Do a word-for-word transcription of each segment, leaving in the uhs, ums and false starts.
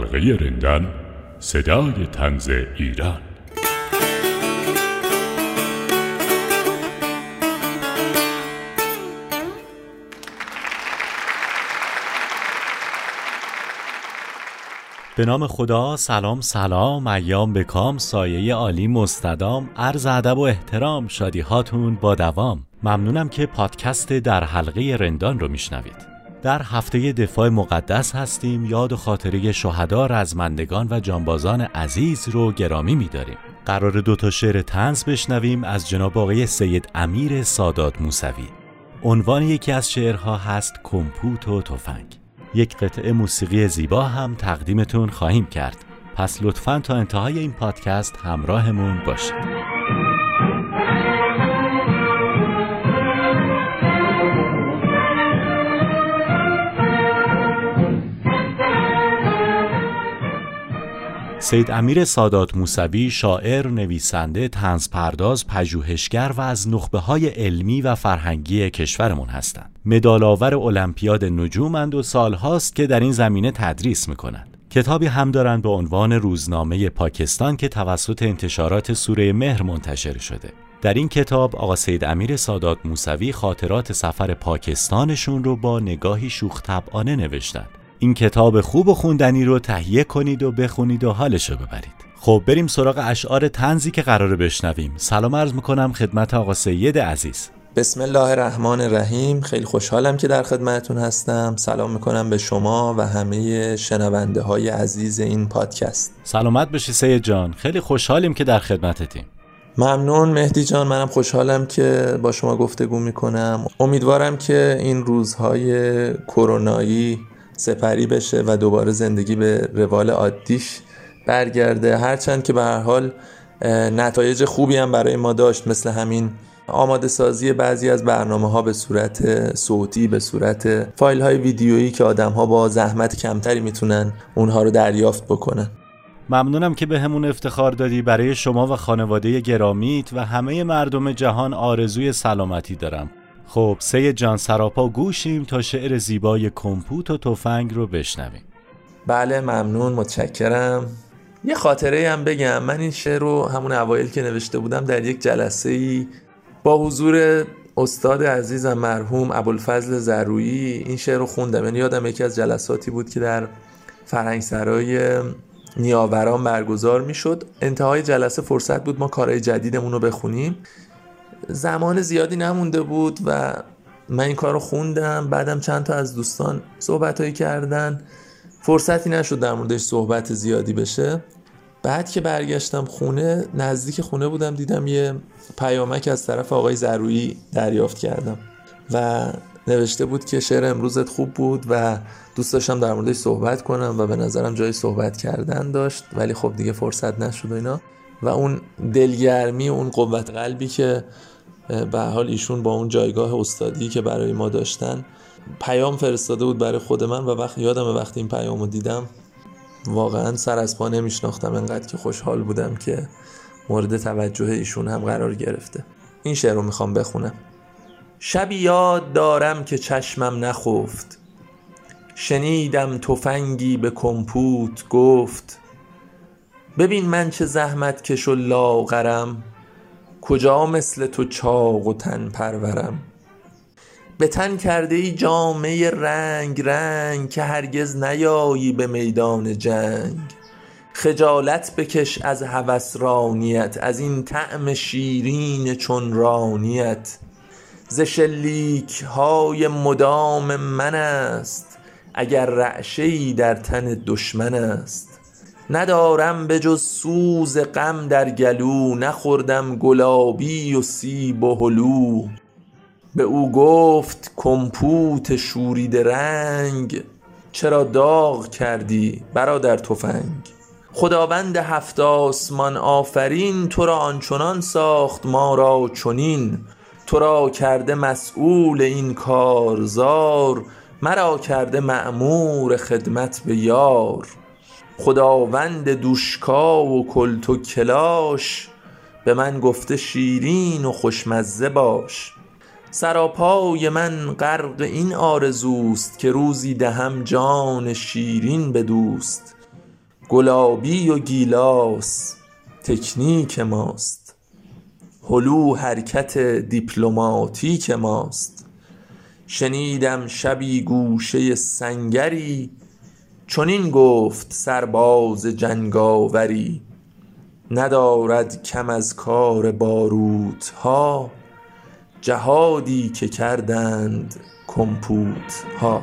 حلقه رندان، صدای طنز ایران. به نام خدا. سلام سلام، ایام بکام، سایه عالی مستدام، عرض ادب و احترام، شادی هاتون با دوام. ممنونم که پادکست در حلقه رندان رو میشنوید. در هفته دفاع مقدس هستیم. یاد و خاطره شهدا، رزمندگان و جانبازان عزیز رو گرامی می‌داریم. قرار دو تا شعر طنز بشنویم از جناب آقای سید امیر سادات موسوی. عنوان یکی از شعرها هست کمپوت و تفنگ. یک قطعه موسیقی زیبا هم تقدیمتون خواهیم کرد. پس لطفاً تا انتهای این پادکست همراهمون باشید. سید امیر سادات موسوی شاعر، نویسنده، طنزپرداز، پژوهشگر و از نخبه‌های علمی و فرهنگی کشورمون هستند. مدال‌آور المپیاد نجومند و سالهاست که در این زمینه تدریس می‌کنند. کتابی هم دارند به عنوان روزنامه پاکستان که توسط انتشارات سوره مهر منتشر شده. در این کتاب آقا سید امیر سادات موسوی خاطرات سفر پاکستانشون رو با نگاهی شوخ طبعانه نوشتند. این کتاب خوب و خوندنی رو تهیه کنید و بخونید و حالشو ببرید. خب بریم سراغ اشعار طنزی که قراره بشنویم. سلام عرض میکنم خدمت آقا سید عزیز. بسم الله الرحمن الرحیم. خیلی خوشحالم که در خدمتتون هستم. سلام میکنم به شما و همه شنونده های عزیز این پادکست. سلامت باشی سید جان. خیلی خوشحالیم که در خدمتتیم. ممنون مهدی جان. منم خوشحالم که با شما گفتگو میکنم. امیدوارم که این روزهای کرونایی سپری بشه و دوباره زندگی به روال عادیش برگرده، هرچند که به هر حال نتایج خوبی هم برای ما داشت، مثل همین آماده سازی بعضی از برنامه ها به صورت صوتی، به صورت فایل های ویدیویی که آدم ها با زحمت کمتری میتونن اونها رو دریافت بکنن. ممنونم که به همون افتخار دادی. برای شما و خانواده گرامیت و همه مردم جهان آرزوی سلامتی دارم. خب سید جان سراپا گوشیم تا شعر زیبای کمپوت و تفنگ رو بشنویم. بله ممنون، متشکرم. یه خاطره هم بگم. من این شعر رو همون اوایل که نوشته بودم در یک جلسه‌ای با حضور استاد عزیزم مرحوم ابوالفضل زرویی این شعر رو خوندم. یعنی یادم یکی از جلساتی بود که در فرهنگسرای نیاوران برگزار میشد. انتهای جلسه فرصت بود ما کارهای جدیدمون رو بخونیم. زمان زیادی نمونده بود و من این کار رو خوندم. بعدم چند تا از دوستان صحبتایی کردن، فرصتی نشد در موردش صحبت زیادی بشه. بعد که برگشتم خونه، نزدیک خونه بودم، دیدم یه پیامک از طرف آقای زرویی دریافت کردم و نوشته بود که شعر امروزت خوب بود و دوست داشتم در موردش صحبت کنم و به نظرم جای صحبت کردن داشت، ولی خب دیگه فرصت نشد و اینا. و اون دلگرمی، اون قوت قلبی که به حال ایشون با اون جایگاه استادی که برای ما داشتن پیام فرستاده بود برای خود من، و وقت یادم وقتی این پیامو دیدم واقعا سر از پا نمیشناختم، انقدر که خوشحال بودم که مورد توجه ایشون هم قرار گرفته. این شعر رو میخوام بخونم. شبی یاد دارم که چشمم نخفت، شنیدم تفنگی به کمپوت گفت، ببین من چه زحمت کش و لاغرم، کجا مثل تو چاق و تن پرورم. به تن کرده ای جامه رنگ رنگ، که هرگز نیایی به میدان جنگ. خجالت بکش از هوس رانیت، از این طعم شیرین چون رانیت. ز شلیک های مدام من است، اگر رعشه‌ای در تن دشمن است. ندارم به جز سوز غم در گلو، نخوردم گلابی و سیب و هلو. به او گفت کمپوت شورید رنگ، چرا داغ کردی برادر تفنگ. خداوند هفت آسمان آفرین، تو را آنچنان ساخت ما را چنین. تو را کرده مسئول این کارزار، مرا کرده مأمور خدمت به یار. خداوند دوشکا و کلت و کلاش، به من گفته شیرین و خوشمزه باش. سراپای من غرق این آرزوست، که روزی دهم جان شیرین به دوست. گلابی و گیلاس تکنیک ماست، هلو حرکت دیپلماتیک ماست. شنیدم شبی گوشه سنگری، چنین گفت سرباز جنگاوری. ندارد کم از کار باروت‌ها، جهادی که کردند کمپوت‌ها.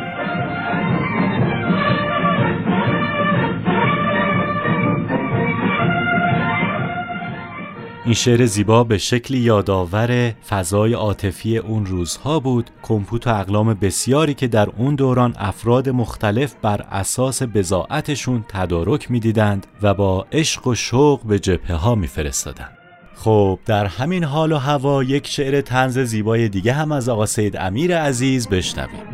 این شعر زیبا به شکلی یادآور فضای عاطفی اون روزها بود. کمپوت و اقلام بسیاری که در اون دوران افراد مختلف بر اساس بضاعتشون تدارک می‌دیدند و با عشق و شوق به جبهه ها می‌فرستادند. خب در همین حال و هوا یک شعر طنز زیبای دیگه هم از آقا سید امیر عزیز بشنویم.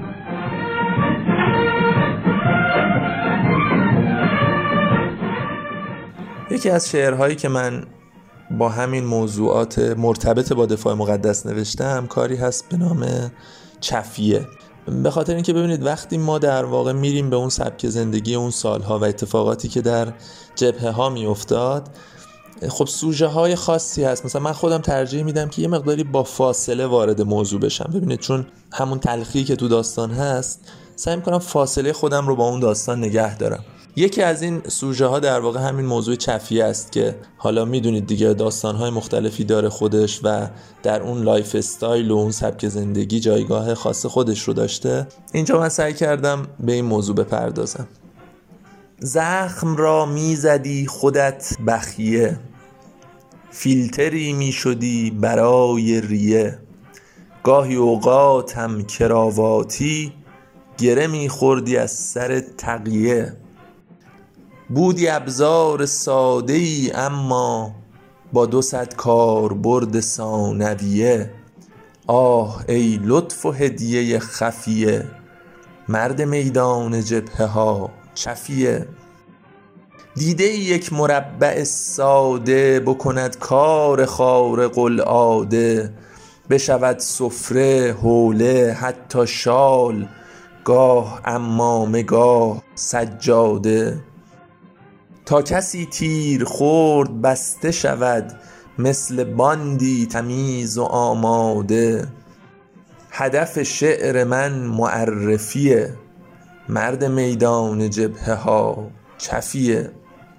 یکی از شعرهایی که من با همین موضوعات مرتبط با دفاع مقدس نوشتم کاری هست به نام چفیه. به خاطر اینکه ببینید وقتی ما در واقع میریم به اون سبک زندگی اون سالها و اتفاقاتی که در جبهه ها میافتاد، خب سوژه های خاصی هست. مثلا من خودم ترجیح میدم که یه مقداری با فاصله وارد موضوع بشم. ببینید چون همون تلخی که تو داستان هست سعی میکنم فاصله خودم رو با اون داستان نگه دارم. یکی از این سوژه ها در واقع همین موضوع چفیه است که حالا میدونید دیگه داستان های مختلفی داره خودش و در اون لایف استایل و اون سبک زندگی جایگاه خاص خودش رو داشته. اینجا من سعی کردم به این موضوع بپردازم. زخم را میزدی خودت بخیه، فیلتری میشدی برای ریه. گاهی اوقات هم کراواتی، گره میخوردی از سر تقیه. بودی ابزار ساده ای اما با دو صد کاربرد ثانویه. آه ای لطف و هدیه خفیه، مرد میدان جبهه ها چفیه. دیده یک مربع ساده، بکند کار خارق العاده. بشود سفره حوله حتی شال، گاه عمامه گاه سجاده. تا کسی تیر خورد بسته شود، مثل باندی تمیز و آماده. هدف شعر من معرفیه، مرد میدان جبهه ها چفیه.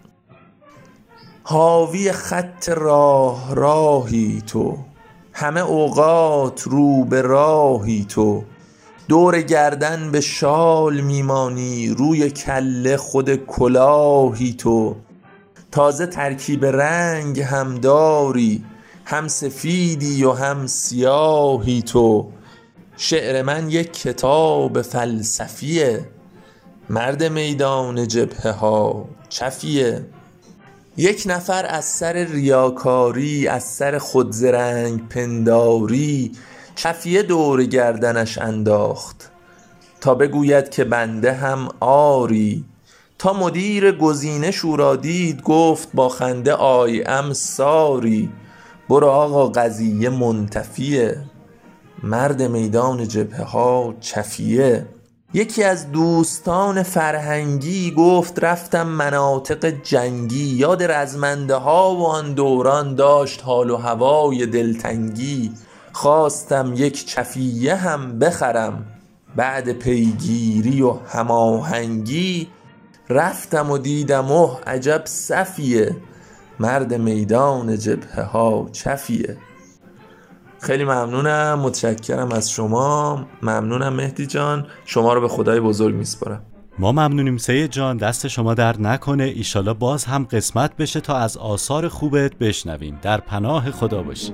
حاوی خط راه راهی تو، همه اوقات رو به راهی تو. دور گردن به شال میمانی، روی کله خود کلاهی تو. تازه ترکیب رنگ هم داری، هم سفیدی و هم سیاهی تو. شعر من یک کتاب فلسفیه، مرد میدان جبهه ها چفیه. یک نفر از سر ریاکاری، از سر خودزرنگ پنداری، چفیه دور گردنش انداخت تا بگوید که بنده هم آری. تا مدیر گزینش او را دید، گفت با خنده آی ام ساری. برو آقا قضیه منتفیه، مرد میدان جبهه ها چفیه. یکی از دوستان فرهنگی گفت رفتم مناطق جنگی. یاد رزمنده ها و آن دوران داشت حال و هوای دلتنگی. خواستم یک چفیه هم بخرم، بعد پیگیری و هماهنگی. رفتم و دیدم اوه عجب صفیه، مرد میدان جبهه ها چفیه. خیلی ممنونم، متشکرم از شما. ممنونم مهدی جان، شما رو به خدای بزرگ میسپارم. ما ممنونیم سید جان، دست شما درد نکنه. ایشالا باز هم قسمت بشه تا از آثار خوبت بشنویم. در پناه خدا باشی.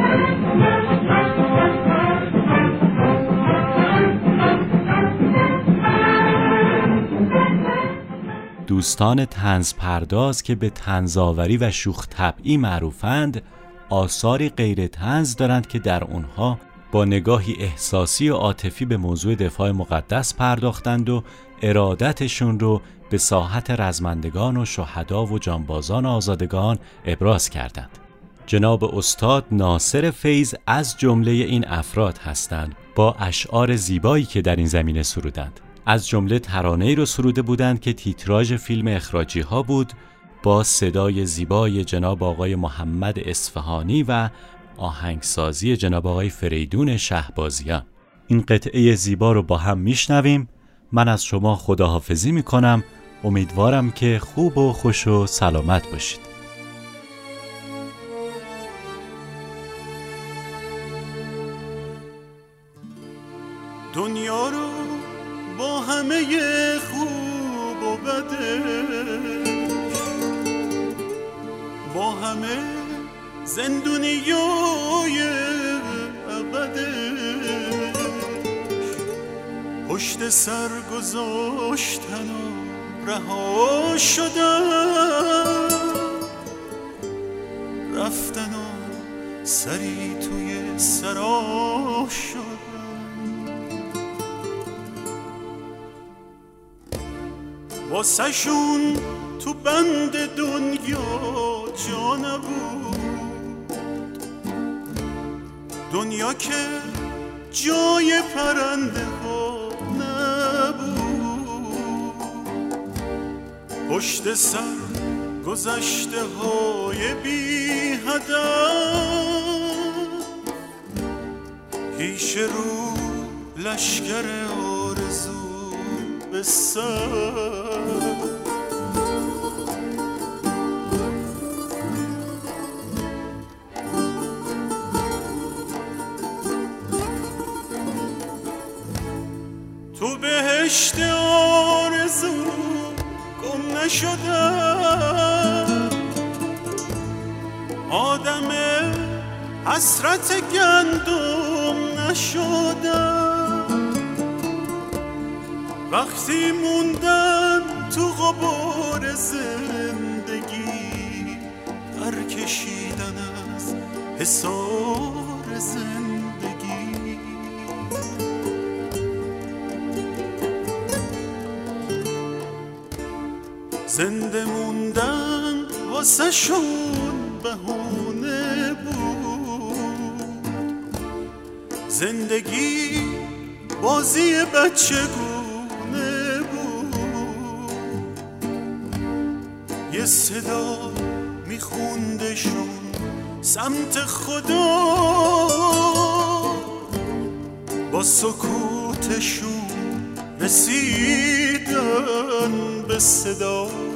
دوستان طنز پرداز که به طنزآوری و شوخ طبعی معروفند، آثاری غیر طنز دارند که در اونها با نگاهی احساسی و عاطفی به موضوع دفاع مقدس پرداختند و ارادتشون رو به ساحت رزمندگان و شهدا و جانبازان آزادگان ابراز کردند. جناب استاد ناصر فیض از جمله این افراد هستند با اشعار زیبایی که در این زمینه سرودند. از جمله ترانه‌ای رو سروده بودند که تیتراژ فیلم اخراجی ها بود با صدای زیبای جناب آقای محمد اصفهانی و آهنگسازی جناب آقای فریدون شهبازیان. این قطعه زیبا رو با هم میشنویم. من از شما خداحافظی میکنم. امیدوارم که خوب و خوش و سلامت باشید. دنیا رو با همه خوب و بده، با همه زندونیای ابده، پشت سر گذاشتن و رها شدن، رفتن و سری توی سرا شدن. واسه شون تو بند دنیا جا نبود، دنیا که جای پرنده ها نبود، پشت سر گذشته های بی هدف، پیش رو لشکر آرزو به سر. تو بهشت آرزو گم نشدم، آدم حسرت گندم نشدم، وقتی موندم تو غبار زندگی، پر کشیدن از حصار زندگی. زنده موندن واسه شون بهونه بود، زندگی بازی بچگونه بود، یه صدا میخوندشون سمت خدا، با سکوتشون رسیدن به صدا.